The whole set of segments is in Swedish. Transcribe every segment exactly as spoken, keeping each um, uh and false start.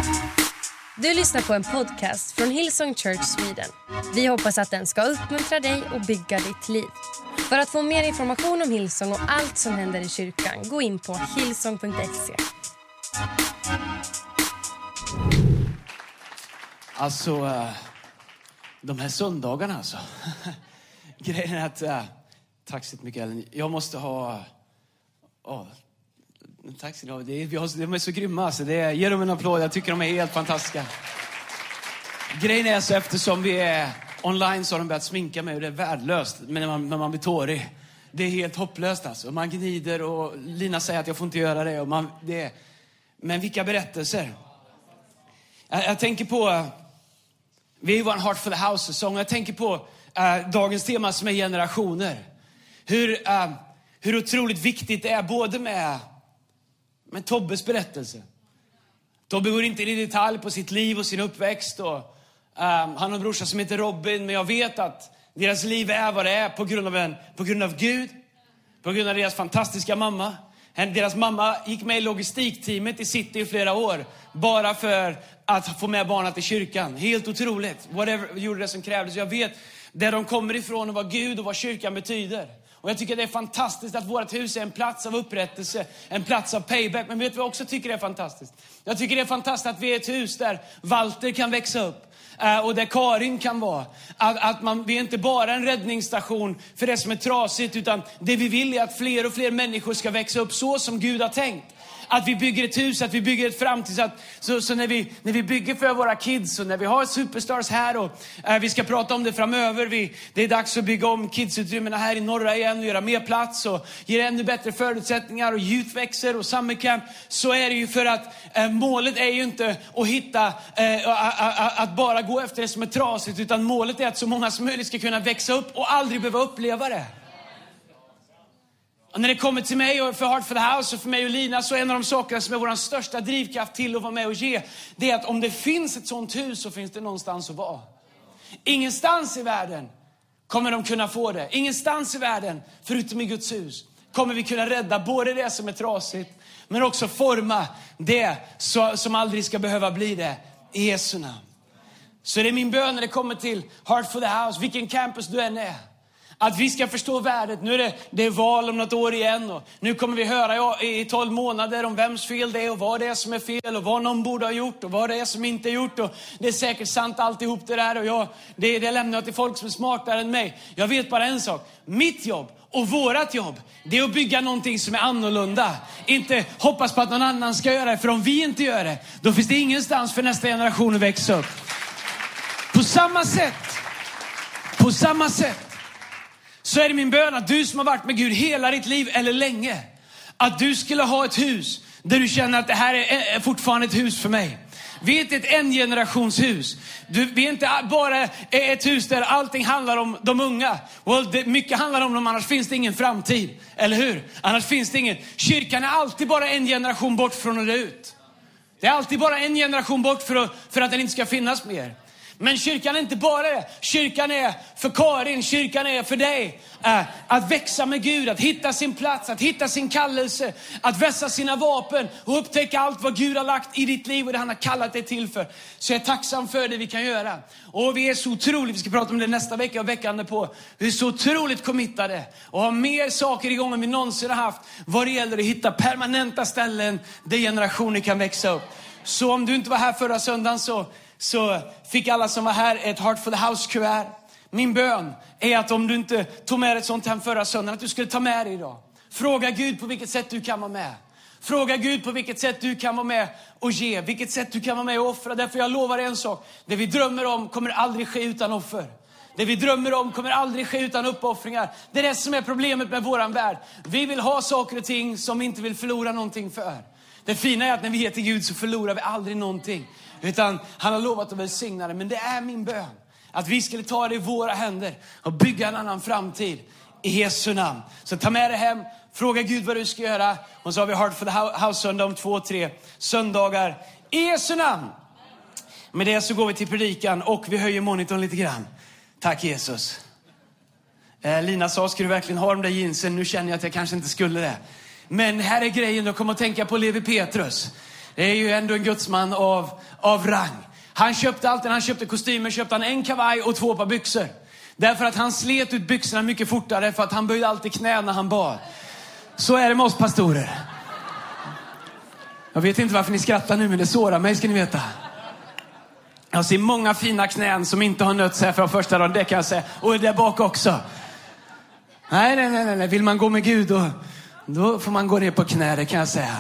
Du lyssnar på en podcast från Hillsong Church Sweden. Vi hoppas att den ska uppmuntra dig och bygga ditt liv. För att få mer information om Hillsong och allt som händer i kyrkan, gå in på hillsong punkt se. Alltså, de här söndagarna alltså. Grejen är att, tack så mycket Ellen. Jag måste ha, oh, tack så mycket. Det är, vi har, de är så grymma alltså. Det är, ge dem en applåd, jag tycker de är helt fantastiska. Grejen är så, eftersom vi är online så har de börjat sminka mig och det är värdelöst. Men när man, när man blir tårig, det är helt hopplöst alltså. Man gnider och Lina säger att jag får inte göra det. Och man, det är, men vilka berättelser. Jag, jag tänker på, vi var en Heart for the House-säsong. Jag tänker på uh, dagens tema som är generationer. Hur, uh, hur otroligt viktigt det är både med, med Tobbes berättelse. Tobbe går inte in i detalj på sitt liv och sin uppväxt. Och, um, han har en brorsa som heter Robin. Men jag vet att deras liv är vad det är på grund av, en, på grund av Gud. På grund av deras fantastiska mamma. Deras mamma gick med i logistikteamet i City i flera år. Bara för att få med barnen till kyrkan. Helt otroligt. Whatever, gjorde det som krävdes. Jag vet där de kommer ifrån och vad Gud och vad kyrkan betyder. Och jag tycker det är fantastiskt att vårt hus är en plats av upprättelse. En plats av payback. Men vet du vad jag också tycker det är fantastiskt? Jag tycker det är fantastiskt att vi är ett hus där Walter kan växa upp. Och där Karin kan vara. Att, att man, vi är inte bara en räddningsstation för det som är trasigt. Utan det vi vill är att fler och fler människor ska växa upp så som Gud har tänkt. Att vi bygger ett hus, att vi bygger ett framtid. Så, att, så, så när, vi, när vi bygger för våra kids och när vi har superstars här. Och äh, vi ska prata om det framöver. Vi, det är dags att bygga om kidsutrymmena här i norra igen. Och göra mer plats och ge ännu bättre förutsättningar. Och youth växer och summer camp. Så är det ju för att äh, målet är ju inte att hitta, äh, att bara gå efter det som är trasigt. Utan målet är att så många som möjligt ska kunna växa upp och aldrig behöva uppleva det. Och när det kommer till mig och för Heart for the House och för mig och Lina, så är en av de sakerna som är vår största drivkraft till att vara med och ge, det är att om det finns ett sånt hus så finns det någonstans att vara. Ingenstans i världen kommer de kunna få det. Ingenstans i världen, förutom i Guds hus, kommer vi kunna rädda både det som är trasigt, men också forma det som aldrig ska behöva bli det i Jesu namn. Så det är min bön när det kommer till Heart for the House, vilken campus du än är. Att vi ska förstå värdet. Nu är det, det är val om något år igen. Och nu kommer vi höra i tolv månader om vems fel det är. Och vad det är som är fel. Och vad någon borde ha gjort. Och vad det är som inte är gjort. Och det är säkert sant alltihop det där. Och jag, det, det lämnar jag till folk som är smartare än mig. Jag vet bara en sak. Mitt jobb och vårat jobb, det är att bygga någonting som är annorlunda. Inte hoppas på att någon annan ska göra det. För om vi inte gör det, då finns det ingenstans för nästa generation att växa upp. På samma sätt. På samma sätt. Så är det min bön att du som har varit med Gud hela ditt liv eller länge, att du skulle ha ett hus där du känner att det här är fortfarande ett hus för mig. Vi är inte ett en generationshus. Du, vi är inte bara ett hus där allting handlar om de unga. Well, det, mycket handlar om dem, annars finns det ingen framtid. Eller hur? Annars finns det ingen. Kyrkan är alltid bara en generation bort från att dö ut. Det är alltid bara en generation bort för att, för att den inte ska finnas mer. Men kyrkan är inte bara det. Kyrkan är för Karin, kyrkan är för dig. Äh, att växa med Gud, att hitta sin plats, att hitta sin kallelse. Att vässa sina vapen och upptäcka allt vad Gud har lagt i ditt liv och det han har kallat dig till för. Så jag är tacksam för det vi kan göra. Och vi är så otroligt, vi ska prata om det nästa vecka och veckan på. Vi är så otroligt committade och har mer saker igång än vi någonsin har haft. Vad det gäller att hitta permanenta ställen där generationer kan växa upp. Så om du inte var här förra söndagen så... Så fick alla som var här ett Heart for the House-kuvert. Min bön är att om du inte tog med ett sånt hem förra söndagen, att du skulle ta med det idag. Fråga Gud på vilket sätt du kan vara med. Fråga Gud på vilket sätt du kan vara med och ge. Vilket sätt du kan vara med och offra. Därför jag lovar en sak. Det vi drömmer om kommer aldrig ske utan offer. Det vi drömmer om kommer aldrig ske utan uppoffringar. Det är det som är problemet med våran värld. Vi vill ha saker och ting som vi inte vill förlora någonting för. Det fina är att när vi ger till Gud så förlorar vi aldrig någonting. Utan han har lovat att välsigna det. Men det är min bön. Att vi skulle ta det i våra händer. Och bygga en annan framtid. I Jesu namn. Så ta med det hem. Fråga Gud vad du ska göra. Och så har vi Heart for the House söndag om två, tre söndagar. I Jesu namn. Med det så går vi till predikan. Och vi höjer monitorn lite grann. Tack Jesus. Eh, Lina sa, ska du verkligen ha de där jeansen? Nu känner jag att jag kanske inte skulle det. Men här är grejen, jag kommer att tänka på Levi Petrus. Det är ju ändå en gudsman av, av rang. Han köpte allt, när han köpte kostymer köpte han en kavaj och två par byxor. Därför att han slet ut byxorna mycket fortare, för att han böjde alltid knä när han bar. Så är det med oss pastorer. Jag vet inte varför ni skrattar nu, men det sårar mig, ska ni veta. Jag ser många fina knän som inte har nött sig från första dagen, det kan jag säga. Och där bak också. Nej, nej, nej, nej. Vill man gå med Gud då, då får man gå ner på knä, det kan jag säga.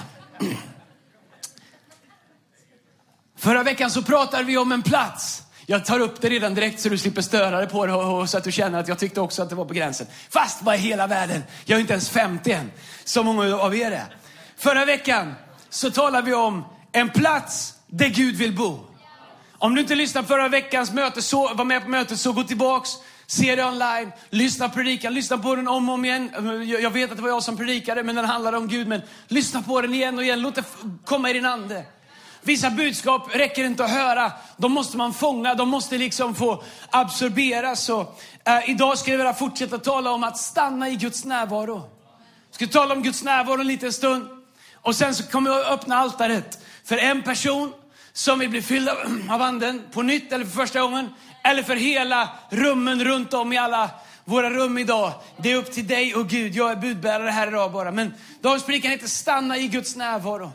Förra veckan så pratade vi om en plats. Jag tar upp det redan direkt så du slipper störa dig på det, och, och så att du känner att jag tyckte också att det var på gränsen. Fast vad i hela världen? Jag är inte ens femtio än, så många av er är. Förra veckan så talade vi om en plats där Gud vill bo. Om du inte lyssnade förra veckans möte, så var med på mötet, så gå tillbaks, se det online, lyssna på predikan, lyssna på den om och om igen. Jag vet att det var jag som predikade, men den handlade om Gud. Men lyssna på den igen och igen, låt det komma i din ande. Vissa budskap räcker inte att höra, de måste man fånga, de måste liksom få absorberas. Så, äh, idag ska jag vilja fortsätta tala om att stanna i Guds närvaro. Jag ska tala om Guds närvaro en liten stund. Och sen så kommer jag öppna altaret för en person som vill bli fylld av anden på nytt eller för första gången. Eller för hela rummen runt om i alla våra rum idag. Det är upp till dig och Gud. Jag är budbärare här idag bara. Men dagens predikan heter stanna i Guds närvaro.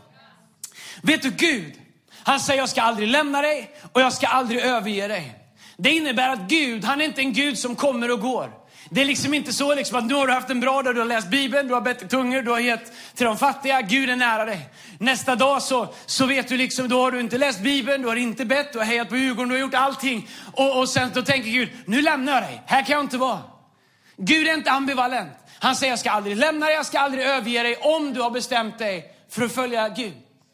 Vet du, Gud, han säger jag ska aldrig lämna dig och jag ska aldrig överge dig. Det innebär att Gud, han är inte en Gud som kommer och går. Det är liksom inte så liksom att nu har du haft en bra dag, du har läst Bibeln, du har bett i tungor, du har gett till de fattiga, Gud är nära dig. Nästa dag så, så vet du liksom, då har du inte läst Bibeln, du har inte bett, du har hejat på Djurgården, du har gjort allting. Och, och sen då tänker Gud, nu lämnar jag dig, här kan jag inte vara. Gud är inte ambivalent. Han säger jag ska aldrig lämna dig, jag ska aldrig överge dig om du har bestämt dig för att följa Gud.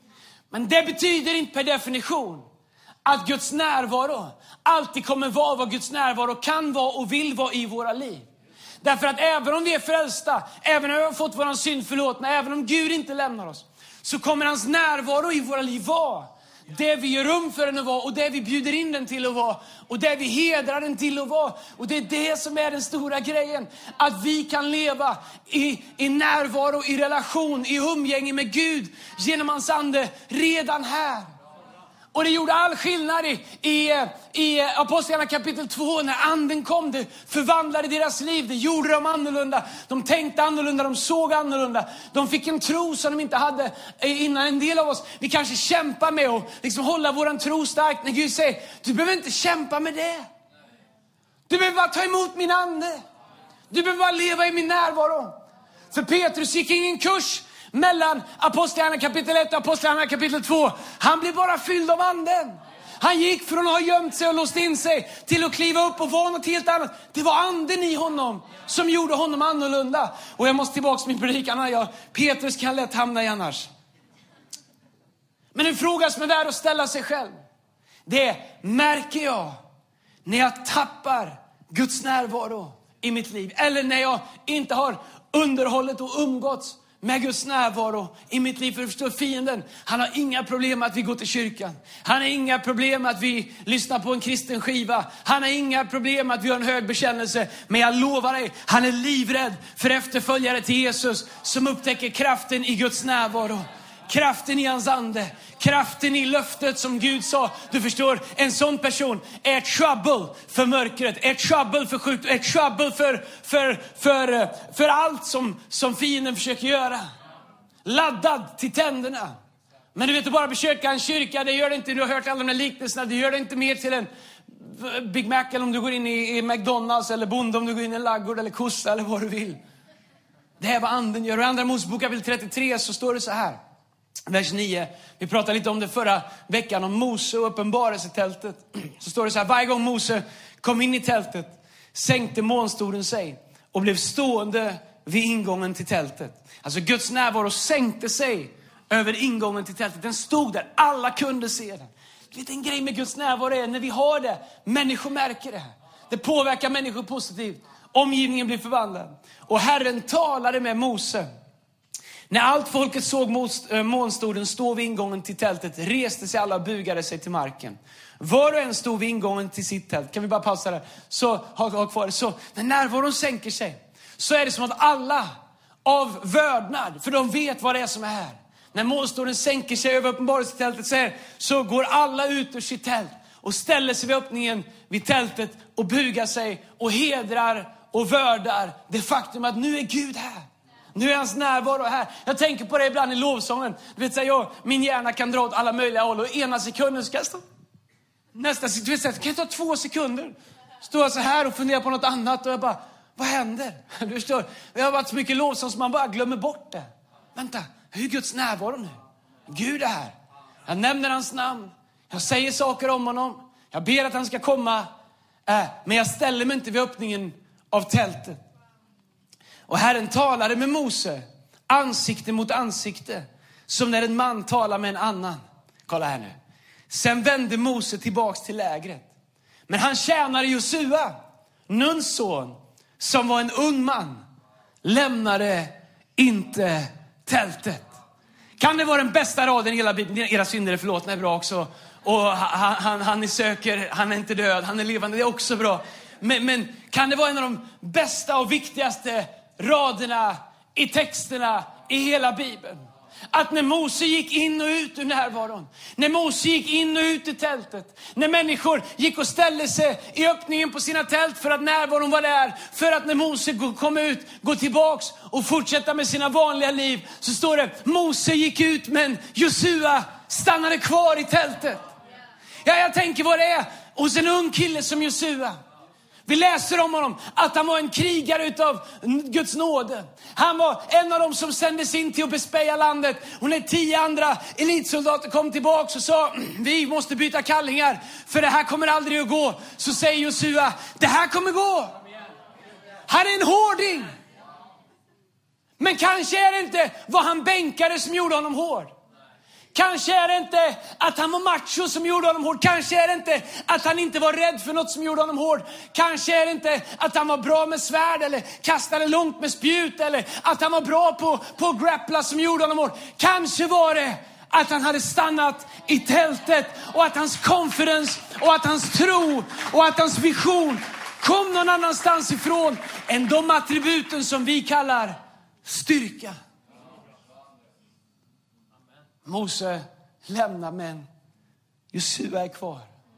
Men det betyder inte per definition att Guds närvaro alltid kommer vara vad Guds närvaro kan vara och vill vara i våra liv. Därför att även om vi är frälsta, även om vi har fått våran synd förlåtna, även om Gud inte lämnar oss, så kommer hans närvaro i våra liv vara det vi gör rum för den att vara, och det vi bjuder in den till att vara, och det vi hedrar den till att vara. Och det är det som är den stora grejen, att vi kan leva i, i närvaro, i relation, i umgänge med Gud genom hans ande redan här. Och det gjorde all skillnad i, i, i Apostlagärningarna kapitel två. När anden kom, det förvandlade deras liv. Det gjorde dem annorlunda. De tänkte annorlunda, de såg annorlunda. De fick en tro som de inte hade innan. En del av oss, vi kanske kämpar med att liksom hålla våran tro stark. När Gud säger, du behöver inte kämpa med det. Du behöver bara ta emot min ande. Du behöver bara leva i min närvaro. För Petrus gick ingen kurs mellan Apostlagärningarna kapitel ett och Apostlagärningarna kapitel två. Han blev bara fylld av anden. Han gick från att ha gömt sig och låst in sig till att kliva upp och vara något helt annat. Det var anden i honom som gjorde honom annorlunda. Och jag måste tillbaka till min predikan. Jag, Petrus kan lätt hamna i annars. Men en fråga som är värd att ställa sig själv, det är, märker jag när jag tappar Guds närvaro i mitt liv? Eller när jag inte har underhållet och umgåtts med Guds närvaro i mitt liv? För att förstå, fienden, han har inga problem med att vi går till kyrkan. Han har inga problem med att vi lyssnar på en kristen skiva. Han har inga problem med att vi har en hög bekännelse. Men jag lovar dig, han är livrädd för efterföljare till Jesus som upptäcker kraften i Guds närvaro. Kraften i hans ande. Kraften i löftet som Gud sa. Du förstår, en sån person är ett trouble för mörkret. Ett trouble för sjukdom. Ett trouble för, för, för, för allt som, som fienden försöker göra. Laddad till tänderna. Men du vet, att bara besöka en kyrka, det gör det inte. Du har hört alla de här liknelserna. Det gör det inte mer till en Big Mac, eller om du går in i, i McDonalds, eller bonde om du går in i en laggård eller kossa eller vad du vill. Det här är vad anden gör. Och i andra Mosebok kapitel trettiotre så står det så här. Vers nio. Vi pratade lite om det förra veckan, om Mose och uppenbarelsetältet. Så står det så här: varje gång Mose kom in i tältet sänkte molnstoden sig och blev stående vid ingången till tältet. Alltså Guds närvaro sänkte sig över ingången till tältet. Den stod där, alla kunde se den. Du vet, en grej med Guds närvaro är när vi har det, människor märker det. Det påverkar människor positivt. Omgivningen blir förvandlad. Och Herren talade med Mose. När allt folket såg molnstoden stå vid ingången till tältet, reste sig alla och bugade sig till marken. Var och en stod vid ingången till sitt tält. Kan vi bara pausa där? Så ha, ha kvar det. Så när närvaron sänker sig, så är det som att alla av vördnad, för de vet vad det är som är här, när molnstrålen sänker sig över uppenbarelsetältet så, här, så går alla ut ur sitt tält och ställer sig vid öppningen vid tältet och bugar sig och hedrar och värdar det faktum att nu är Gud här. Nu är hans närvaro här. Jag tänker på det ibland i lovsången. Du vet, så här, jag, min hjärna kan dra åt alla möjliga håll och ena sekunden ska jag stå. Nästa sekund, du vet, så här, kan jag ta två sekunder? Står jag så här och funderar på något annat och jag bara, vad händer? Du förstår, det har varit så mycket lovsång som man bara glömmer bort det. Vänta, hur är Guds närvaro nu? Gud är här. Jag nämner hans namn. Jag säger saker om honom. Jag ber att han ska komma. Äh, men jag ställer mig inte vid öppningen av tältet. Och Herren talade med Mose ansikte mot ansikte, som när en man talar med en annan. Kolla här nu. Sen vände Mose tillbaks till lägret. Men han tjänade Josua, Nuns son, som var en ung man, lämnade inte tältet. Kan det vara den bästa raden i hela Bibeln? Era synder är förlåtna är bra också. Och han, han, han är söker, han är inte död, han är levande, det är också bra. Men, men kan det vara en av de bästa och viktigaste raderna i texterna i hela Bibeln? Att när Mose gick in och ut ur närvaron, när Mose gick in och ut i tältet, när människor gick och ställde sig i öppningen på sina tält för att närvaron var där, för att när Mose kom ut, gå tillbaks och fortsätta med sina vanliga liv, så står det, Mose gick ut men Josua stannade kvar i tältet. Ja, jag tänker vad det är hos en ung kille som Josua. Vi läser om honom att han var en krigare utav Guds nåde. Han var en av dem som sändes in till att bespeja landet. Och när tio andra elitsoldater kom tillbaka och sa, vi måste byta kallingar för det här kommer aldrig att gå. Så säger Josua, det här kommer gå. Han är en hårding. Men kanske är det inte vad han bänkade som gjorde honom hård. Kanske är det inte att han var macho som gjorde honom hård. Kanske är det inte att han inte var rädd för något som gjorde honom hård. Kanske är det inte att han var bra med svärd eller kastade långt med spjut. Eller att han var bra på, på att grappla som gjorde honom hård. Kanske var det att han hade stannat i tältet. Och att hans confidence och att hans tro och att hans vision kom någon annanstans ifrån än de attributen som vi kallar styrka. Mose lämnar, men Josua är kvar.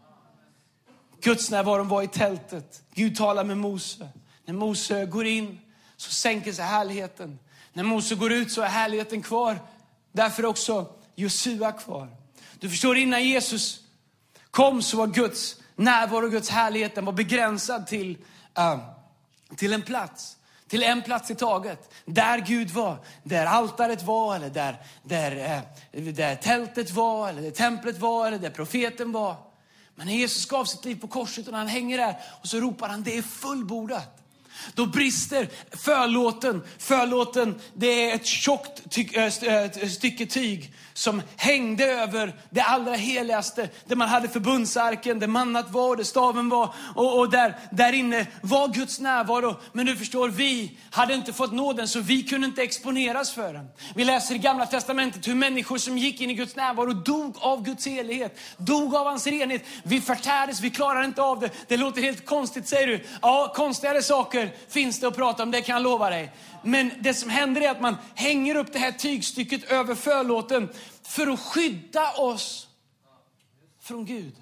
Guds närvaron var i tältet. Gud talar med Mose. När Mose går in så sänker sig härligheten. När Mose går ut så är härligheten kvar. Därför är också Josua kvar. Du förstår, innan Jesus kom så var Guds närvaro och Guds härlighet, den var begränsad till, uh, till en plats. Till en plats i taget. Där Gud var. Där altaret var. Eller där, där, där tältet var. Eller där templet var. Eller där profeten var. Men när Jesus gav sitt liv på korset och när han hänger där. Och så ropar han, det är fullbordat. Då brister förlåten. Förlåten, det är ett tjockt ty- äh, stycke tyg som hängde över det allra heligaste. Där man hade förbundsarken, där mannat var, där staven var. Och, och där, där inne var Guds närvaro. Men du förstår, vi hade inte fått nåden så vi kunde inte exponeras för den. Vi läser i Gamla testamentet hur människor som gick in i Guds närvaro dog av Guds helighet. Dog av hans renhet. Vi förtärdes, vi klarar inte av det. Det låter helt konstigt, säger du. Ja, konstigare saker finns det att prata om, det kan jag lova dig. Men det som händer är att man hänger upp det här tygstycket över förlåten för att skydda oss från Gud.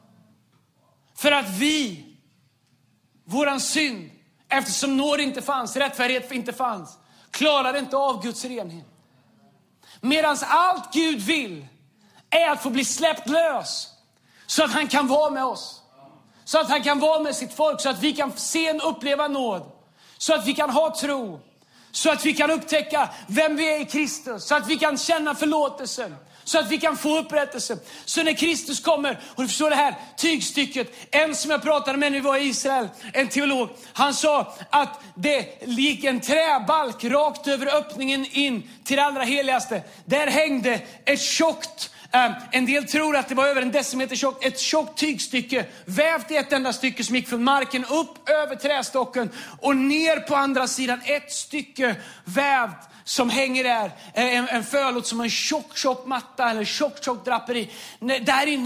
För att vi, våran synd, eftersom nåd inte fanns, rättfärdighet inte fanns, klarade inte av Guds renhet. Medan allt Gud vill är att få bli släppt lös så att han kan vara med oss. Så att han kan vara med sitt folk, så att vi kan se och uppleva nåd. Så att vi kan ha tro. Så att vi kan upptäcka vem vi är i Kristus. Så att vi kan känna förlåtelsen. Så att vi kan få upprättelse. Så när Kristus kommer, och du förstår det här tygstycket. En som jag pratade med när vi var i Israel, en teolog. Han sa att det gick en träbalk rakt över öppningen in till det allra heligaste. Där hängde ett tjockt, Um, en del tror att det var över en decimeter tjockt, ett tjockt tygstycke vävt i ett enda stycke som gick från marken upp över trästocken och ner på andra sidan ett stycke vävt som hänger där, en, en förlåt som en tjock tjock matta eller tjock tjock draperi. Där inne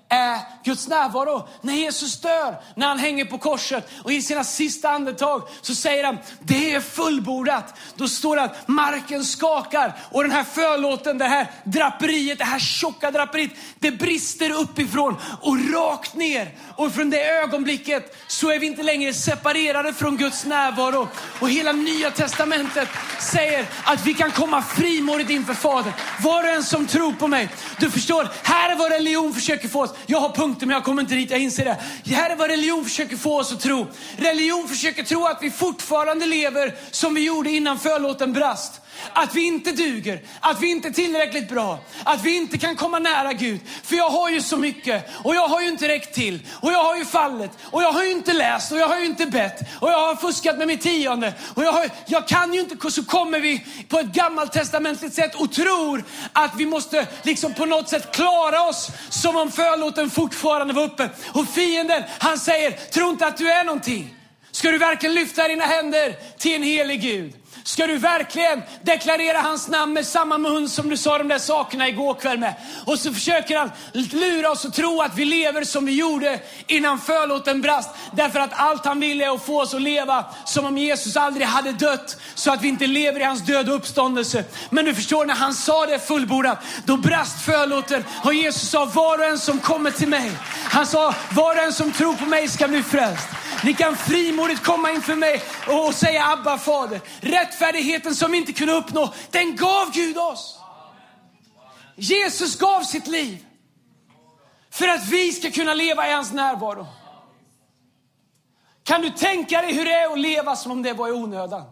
är Guds närvaro. När Jesus dör, när han hänger på korset och i sina sista andetag så säger han, det är fullbordat. Då står det att marken skakar och den här förlåten, det här draperiet, det här tjocka draperiet, det brister uppifrån och rakt ner. Och från det ögonblicket så är vi inte längre separerade från Guds närvaro. Och hela Nya testamentet säger att vi kan komma frimodigt inför Fadern. Var och en som tror på mig. Du förstår, här är vad religion försöker få oss. Jag har punkter men jag kommer inte dit, jag inser det. Här är vad religion försöker få oss att tro. Religion försöker tro att vi fortfarande lever som vi gjorde innan förlåten brast. Att vi inte duger, att vi inte är tillräckligt bra, att vi inte kan komma nära Gud. För jag har ju så mycket och jag har ju inte räckt till och jag har ju fallit och jag har ju inte läst och jag har ju inte bett och jag har fuskat med mitt tionde och jag, har, jag kan ju inte. Så kommer vi på ett gammaltestamentligt sätt och tror att vi måste liksom på något sätt klara oss som om förlåten fortfarande var uppe. Och fienden, han säger, tro inte att du är någonting. Ska du verkligen lyfta dina händer till en helig Gud? Ska du verkligen deklarera hans namn med samma mun som du sa de där sakerna igår kväll med? Och så försöker han lura oss att tro att vi lever som vi gjorde innan förlåten brast. Därför att allt han vill är att få oss att leva som om Jesus aldrig hade dött. Så att vi inte lever i hans död och uppståndelse. Men du förstår, när han sa det fullbordat, då brast förlåten. Och Jesus sa, var och en som kommer till mig. Han sa, var och en som tror på mig ska bli frälst. Ni kan frimodigt komma inför mig och säga Abba Fader. Rättfärdigheten som vi inte kunde uppnå, den gav Gud oss. Jesus gav sitt liv för att vi ska kunna leva i hans närvaro. Kan du tänka dig hur det är att leva som om det var i onödan?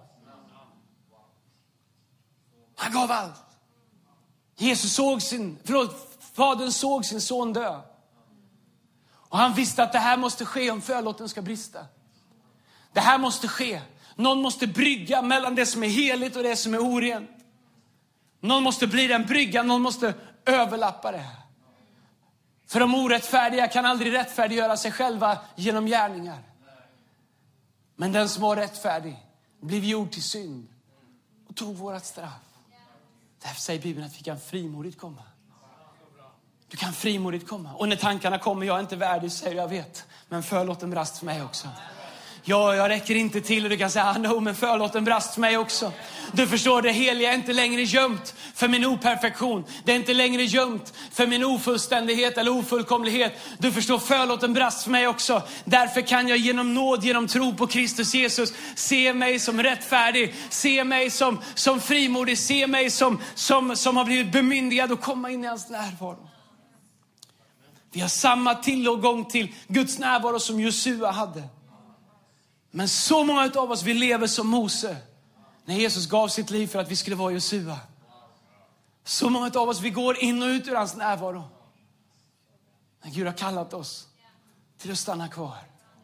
Han gav allt. Jesus såg sin, förlåt, Fadern såg sin son dö. Och han visste att det här måste ske om förlåten ska brista. Det här måste ske. Någon måste brygga mellan det som är heligt och det som är orent. Någon måste bli den bryggan, någon måste överlappa det. För de orättfärdiga kan aldrig rättfärdiggöra sig själva genom gärningar. Men den som var rättfärdig blev gjord till synd och tog vårat straff. Därför säger Bibeln att vi kan frimodigt komma. Du kan frimodigt komma. Och när tankarna kommer, jag är inte värdig, säger jag vet. Men förlåten brast för mig också. Ja, jag räcker inte till och du kan säga, ah, no, men förlåten brast för mig också. Du förstår, det heliga är inte längre gömt för min operfektion. Det är inte längre gömt för min ofullständighet eller ofullkomlighet. Du förstår, förlåten brast för mig också. Därför kan jag genom nåd, genom tro på Kristus Jesus se mig som rättfärdig. Se mig som, som frimodig. Se mig som, som, som har blivit bemyndigad att komma in i hans närvaro. Vi har samma tillgång till Guds närvaro som Josua hade. Men så många av oss, vi lever som Mose. När Jesus gav sitt liv för att vi skulle vara Josua. Så många av oss, vi går in och ut ur hans närvaro. När Gud har kallat oss till att stanna kvar.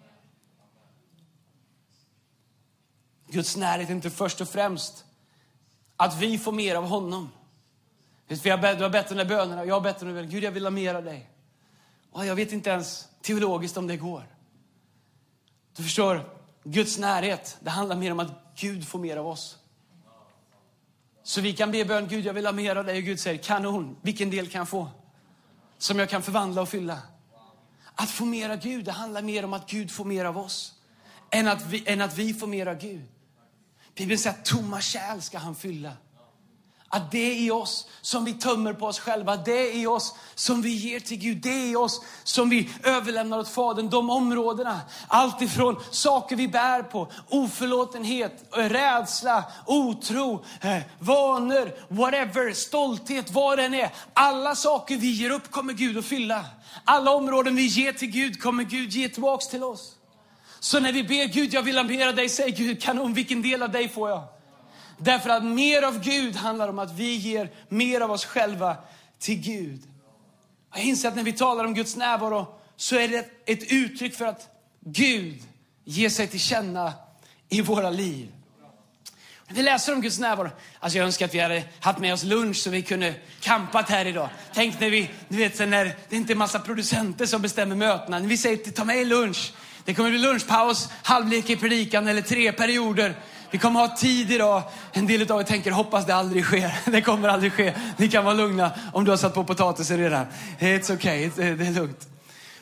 Guds närhet är inte först och främst att vi får mer av honom. Du har bett under bönerna, jag har bett under bönerna. Gud, jag vill ha mer av dig. Och jag vet inte ens teologiskt om det går. Du förstår, Guds närhet, det handlar mer om att Gud får mer av oss. Så vi kan be bön, Gud, jag vill ha mer av dig. Och Gud säger, kanon, vilken del kan jag få? Som jag kan förvandla och fylla. Att få mer av Gud, det handlar mer om att Gud får mer av oss. Än att vi, än att vi får mer av Gud. Bibeln säger att tomma kärl ska han fylla. Att det är i oss som vi tömmer på oss själva. Det är i oss som vi ger till Gud. Det är i oss som vi överlämnar åt Fadern. De områdena. Allt ifrån saker vi bär på. Oförlåtenhet, rädsla, otro, eh, vanor, whatever, stolthet, vad den är. Alla saker vi ger upp kommer Gud att fylla. Alla områden vi ger till Gud kommer Gud ge tillbaks till oss. Så när vi ber Gud, jag vill ha mer av dig, säger Gud, kanon, vilken del av dig får jag? Därför att mer av Gud handlar om att vi ger mer av oss själva till Gud. Jag inser att när vi talar om Guds närvaro så är det ett uttryck för att Gud ger sig till känna i våra liv. Vi läser om Guds närvaro. Alltså jag önskar att vi hade haft med oss lunch så vi kunde kampat här idag. Tänk när vi, du vet, när det inte är en massa producenter som bestämmer mötena. När vi säger, ta med lunch. Det kommer bli lunchpaus, halvlek i predikan eller tre perioder. Vi kommer ha tid idag. En del av er tänker, hoppas det aldrig sker. Det kommer aldrig ske. Ni kan vara lugna om du har satt på potatisen redan. It's okay, det är lugnt.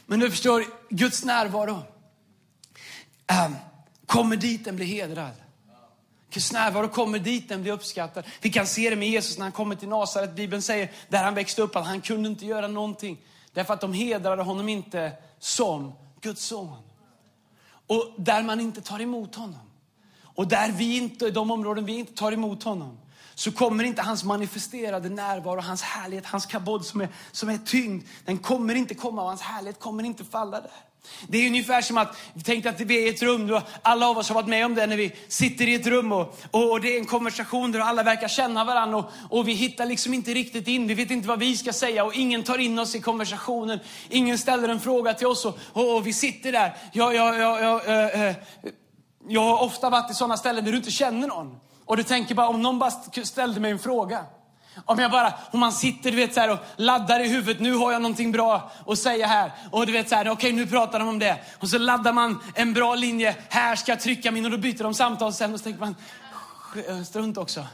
Men du förstår, Guds närvaro um, kommer dit den blir hedrad. Guds närvaro kommer dit den blir uppskattad. Vi kan se det med Jesus när han kommer till Nasaret. Bibeln säger där han växte upp att han kunde inte göra någonting. Därför att de hedrade honom inte som Guds son. Och där man inte tar emot honom. Och där vi inte, de områden vi inte tar emot honom. Så kommer inte hans manifesterade närvaro, hans härlighet, hans kabod som är, som är tyngd. Den kommer inte komma och hans härlighet kommer inte falla där. Det är ungefär som att vi tänkte att vi är i ett rum. Då alla av oss har varit med om det när vi sitter i ett rum och, och, och det är en konversation där alla verkar känna varandra. Och, och vi hittar liksom inte riktigt in. Vi vet inte vad vi ska säga och ingen tar in oss i konversationen. Ingen ställer en fråga till oss och, och, och vi sitter där. Jag, jag, jag, jag, äh, äh, jag har ofta varit i sådana ställen där du inte känner någon. Och du tänker bara, om någon bara ställde mig en fråga. Om jag bara, om man sitter du vet så här och laddar i huvudet, nu har jag någonting bra att säga här. Och du vet så här, okej okay, nu pratar de om det. Och så laddar man en bra linje, här ska jag trycka min och då byter de samtal sen. Och så tänker man, strunt också.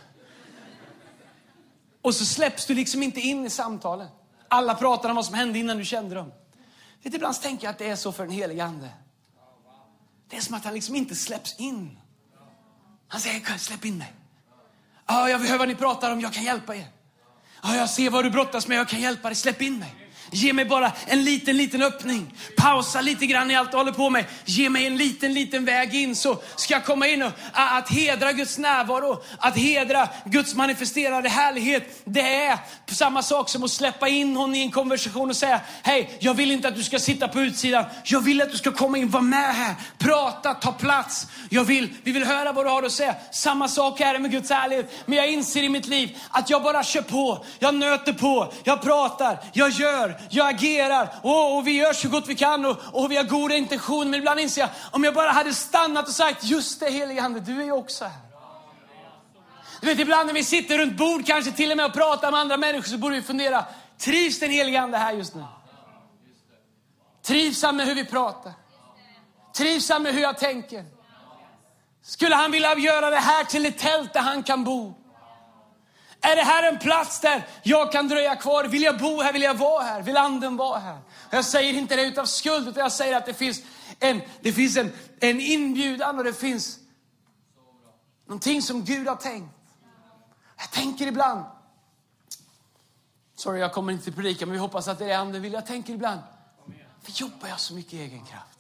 Och så släpps du liksom inte in i samtalet. Alla pratar om vad som hände innan du kände dem. Vet, ibland tänker jag att det är så för den helige ande. Det är som att han liksom inte släpps in. Han säger, släpp in mig. Ja, jag hör vad ni pratar om, jag kan hjälpa er. Ja, jag ser vad du brottas med, jag kan hjälpa dig, släpp in mig. Ge mig bara en liten, liten öppning. Pausa lite grann i allt jag håller på med. Ge mig en liten, liten väg in så ska jag komma in och att hedra Guds närvaro. Att hedra Guds manifesterade härlighet. Det är samma sak som att släppa in honom i en konversation och säga, hej, jag vill inte att du ska sitta på utsidan. Jag vill att du ska komma in, vara med här. Prata, ta plats. Jag vill, vi vill höra vad du har att säga. Samma sak är det med Guds härlighet. Men jag inser i mitt liv att jag bara kör på. Jag nöter på. Jag pratar. Jag gör. Jag agerar och, och vi gör så gott vi kan och, och vi har goda intentioner. Men ibland inser jag, om jag bara hade stannat och sagt, just det helige ande, du är ju också här. Du vet, ibland när vi sitter runt bord, kanske till och med och pratar med andra människor, så borde vi fundera, trivs den helige ande här just nu? Trivs han med hur vi pratar? Trivs han med hur jag tänker? Skulle han vilja göra det här till ett tält där han kan bo? Är det här en plats där jag kan dröja kvar? Vill jag bo här? Vill jag vara här? Vill anden vara här? Jag säger inte det utav skuld, utan jag säger att det finns en, det finns en, en inbjudan och det finns någonting som Gud har tänkt. Jag tänker ibland, sorry jag kommer inte till predika, men vi hoppas att det är det anden vill. Jag tänker ibland, varför jobbar jag så mycket i egen kraft?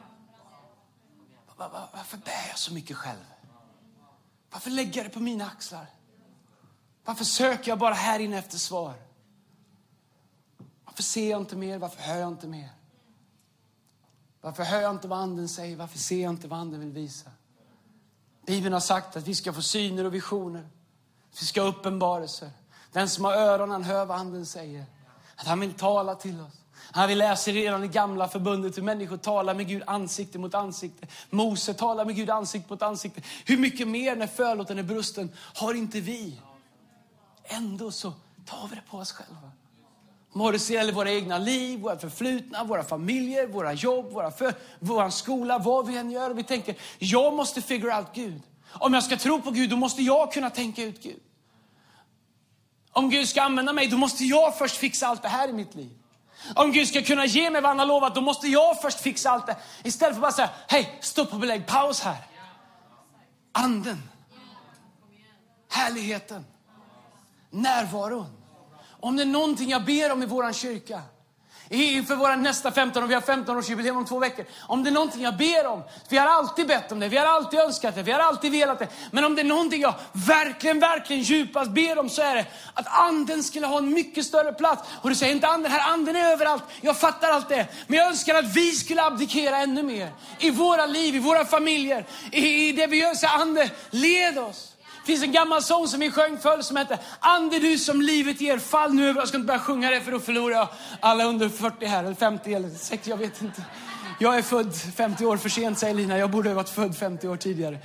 Var, var, varför bär jag så mycket själv? Varför lägger jag det på mina axlar? Varför söker jag bara här inne efter svar? Varför ser jag inte mer? Varför hör jag inte mer? Varför hör jag inte vad anden säger? Varför ser jag inte vad anden vill visa? Bibeln har sagt att vi ska få syner och visioner. Vi ska ha uppenbarelser. Den som har öron, han hör vad anden säger. Att han vill tala till oss. Han vill läsa redan i gamla förbundet hur människor talar med Gud ansikte mot ansikte. Mose talar med Gud ansikte mot ansikte. Hur mycket mer när förlåten är brusten har inte vi? Ändå så tar vi det på oss själva. Vare sig det gäller våra egna liv, våra förflutna, våra familjer, våra jobb, våra för, vår skola, vad vi än gör. Och vi tänker, jag måste figure out Gud. Om jag ska tro på Gud, då måste jag kunna tänka ut Gud. Om Gud ska använda mig, då måste jag först fixa allt det här i mitt liv. Om Gud ska kunna ge mig vad han har lovat, då måste jag först fixa allt det. Istället för bara säga, hej, stopp och belägg, paus här. Anden. Härligheten. Närvaron. Om det är någonting jag ber om i våran kyrka, inför våra nästa femton, och vi har femton års jubileum om två veckor. Om det är någonting jag ber om, vi har alltid bett om det, vi har alltid önskat det, vi har alltid velat det. Men om det är någonting jag verkligen, verkligen djupast ber om, så är det att anden skulle ha en mycket större plats. Och du säger inte anden här, anden är överallt, jag fattar allt det. Men jag önskar att vi skulle abdikera ännu mer i våra liv, i våra familjer, i, i det vi gör. Så ande, led oss. Det finns en gammal sång som vi sjöng förr som heter Ande du som livet ger, fall nu över. Jag ska inte börja sjunga det för då förlorar jag alla under fyrtio här, eller femtio eller sextio, jag vet inte. Jag är född femtio år för sent, säger Lina. Jag borde ha varit född femtio år tidigare.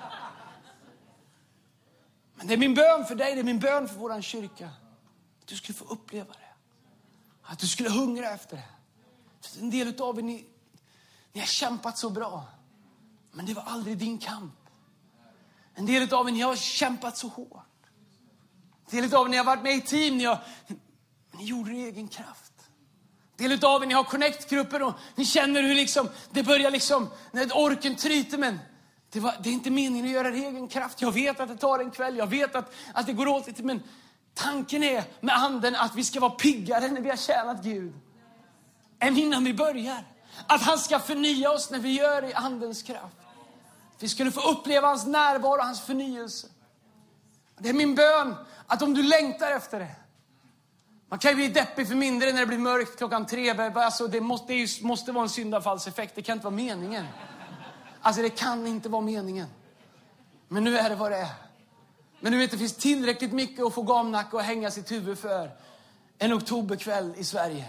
Men det är min bön för dig, det är min bön för våran kyrka. Att du skulle få uppleva det. Att du skulle hungra efter det. För en del av er, ni, ni har kämpat så bra. Men det var aldrig din kamp. En del av er, ni har kämpat så hårt. En del av er, ni har varit med i team. Ni, har, ni gjorde det i egen kraft. Del av er, ni har connect-grupper och ni känner hur liksom, det börjar liksom, när orken tryter, men det, var, det är inte meningen att göra det egen kraft. Jag vet att det tar en kväll, jag vet att, att det går åt lite, men tanken är med anden att vi ska vara piggare när vi har tjänat Gud än innan vi börjar. Att han ska förnya oss när vi gör det i andens kraft. Vi skulle få uppleva hans närvaro och hans förnyelse. Det är min bön att om du längtar efter det. Man kan ju bli deppig för mindre när det blir mörkt klockan tre. Alltså det, måste, det måste vara en syndafallseffekt. Det kan inte vara meningen. Alltså det kan inte vara meningen. Men nu är det vad det är. Men du vet, det finns tillräckligt mycket att få gamnacka och hänga sitt huvud för en oktoberkväll i Sverige.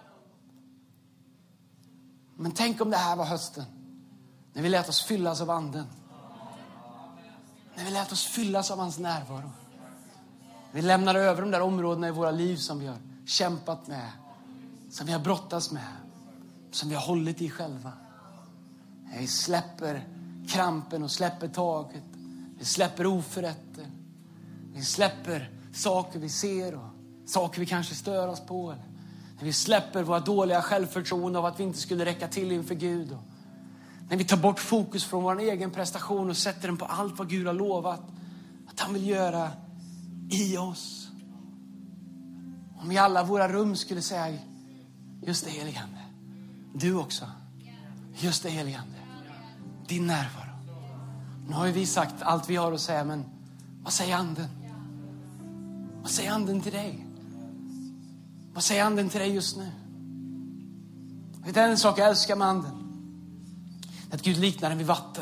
Men tänk om det här var hösten. När vi lät oss fyllas av anden. När vi lät oss fyllas av hans närvaro. Vi lämnar över de där områdena i våra liv som vi har kämpat med. Som vi har brottats med. Som vi har hållit i själva. Vi släpper krampen och släpper taget. Vi släpper oförrätter. Vi släpper saker vi ser och saker vi kanske stör oss på. Eller när vi släpper våra dåliga självförtroende av att vi inte skulle räcka till inför Gud. Och när vi tar bort fokus från vår egen prestation och sätter den på allt vad Gud har lovat att han vill göra i oss. Om i alla våra rum skulle säga, just det, heligande. Du också. Just det, heligande. Din närvaro. Nu har ju vi sagt allt vi har att säga, men vad säger anden? Vad säger anden till dig? Vad säger anden till dig just nu? Vet du en sak jag älskar med anden? Att Gud liknar den vid vatten.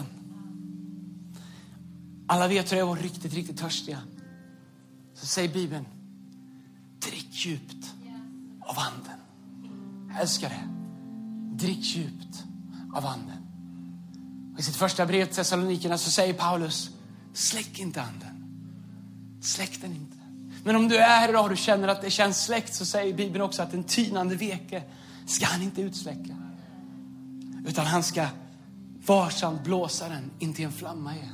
Alla vet hur jag var riktigt, riktigt törstiga. Så säger Bibeln, drick djupt av anden. Jag älskar det. Drick djupt av anden. Och i sitt första brev till Thessalonikerna så säger Paulus, släck inte anden. Släck den inte. Men om du är här idag och du känner att det känns släckt, så säger Bibeln också att en tynande veke ska han inte utsläcka. Utan han ska varsamt blåsa den in till en flamma igen.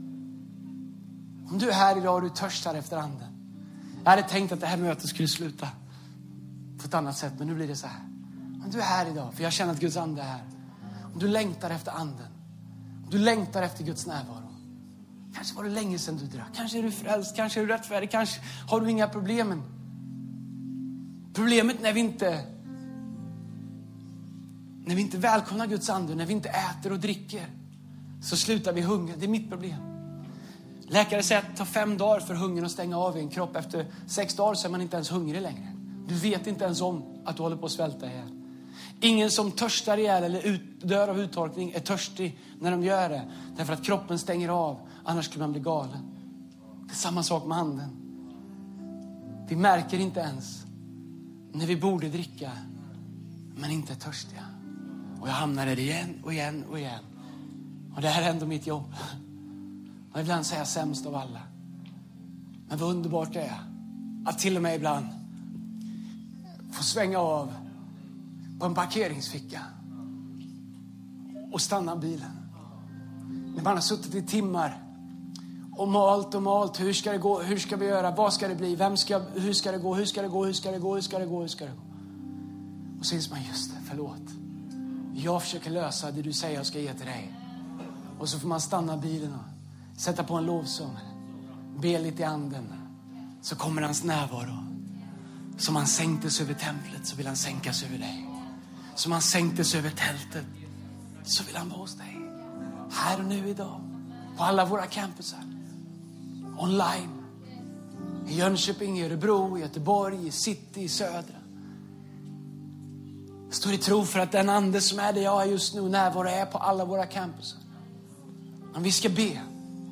Om du är här idag och du törstar efter anden. Jag hade tänkt att det här mötet skulle sluta på ett annat sätt, men nu blir det så här. Om du är här idag, för jag känner att Guds ande är här. Om du längtar efter anden. Om du längtar efter Guds närvaro. Kanske var det länge sedan du drack. Kanske är du frälst, kanske är du rättfärdig, kanske har du inga problem. Problemet när vi inte när vi inte välkomnar Guds ande, när vi inte äter och dricker, så slutar vi hungra. Det är mitt problem. Läkare säger att det tar fem dagar för hungern att stänga av i en kropp. Efter sex dagar så är man inte ens hungrig längre. Du vet inte ens om att du håller på att svälta ihjäl. Ingen som törstar ihjäl eller ut, dör av uttorkning är törstig när de gör det. Därför att kroppen stänger av. Annars skulle man bli galen. Det är samma sak med anden. Vi märker inte ens när vi borde dricka, men inte är törstiga. Och jag hamnar där igen och igen och igen. Och det här är ändå mitt jobb. Och ibland säger jag sämst av alla. Men vad underbart det är att till och med ibland få svänga av på en parkeringsficka och stanna bilen. När man har suttit i timmar och malt och malt. Hur ska det gå? Hur ska vi göra? Vad ska det bli? Vem ska, hur ska det gå? Hur ska det gå? Hur ska det gå? Hur ska det gå? Hur ska det gå? Och så inser man, just det, förlåt. Jag försöker lösa det du säger jag ska ge till dig. Och så får man stanna bilen och sätta på en lovsång. Be lite i anden. Så kommer hans närvaro. Som han sänktes över templet, så vill han sänkas över dig. Som han sänktes över tältet, så vill han vara hos dig. Här och nu idag. På alla våra campusar. Online. I Jönköping, i Örebro, i Göteborg, i City, i Södra. Jag står i tro för att den ande som är där jag är just nu närvaro är på alla våra campusar. Men vi ska be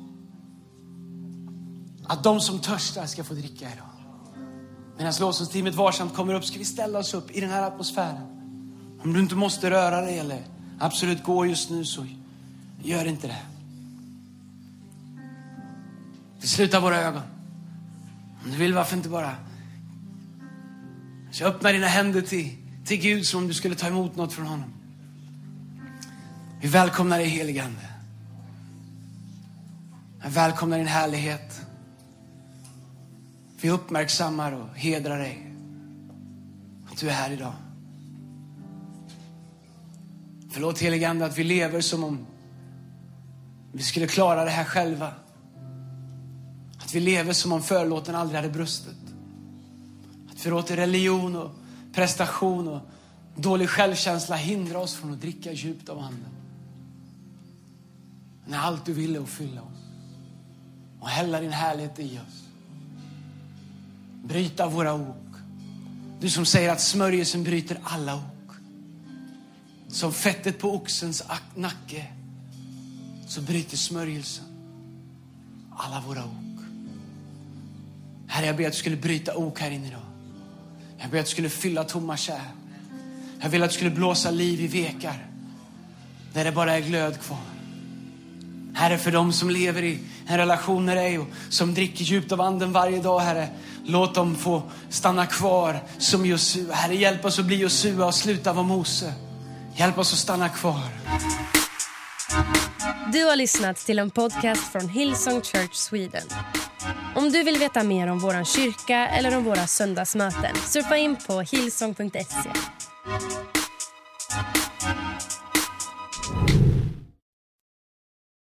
att de som törstar ska få dricka idag. Medan lovsångsteamet varsamt kommer upp ska vi ställa oss upp i den här atmosfären. Om du inte måste röra dig eller absolut gå just nu, så gör inte det. Vi slutar våra ögon. Om du vill, varför inte bara så öppna dina händer till, till Gud som om du skulle ta emot något från honom. Vi välkomnar dig, heligande. Jag välkomnar din härlighet. Vi uppmärksammar och hedrar dig. Att du är här idag. Förlåt helige Ande att vi lever som om vi skulle klara det här själva. Att vi lever som om förlåten aldrig hade brustit. Att vi låter religion och prestation och dålig självkänsla hindra oss från att dricka djupt av anden. När allt du ville att fylla oss. Och hälla din härlighet i oss. Bryta våra ok. Du som säger att smörjelsen bryter alla ok. Som fettet på oxens nacke. Så bryter smörjelsen alla våra ok. Herre, jag ber att du skulle bryta ok här inne idag. Jag ber att du skulle fylla tomma kärl. Jag vill att du skulle blåsa liv i vekar. Där det bara är glöd kvar. Herre, för dem som lever i en relation med dig och som dricker djupt av anden varje dag, Herre. Låt dem få stanna kvar som Josua. Herre, hjälp oss att bli Josua och sluta vara Mose. Hjälp oss att stanna kvar. Du har lyssnat till en podcast från Hillsong Church Sweden. Om du vill veta mer om våran kyrka eller om våra söndagsmöten, surfa in på hillsong punkt se.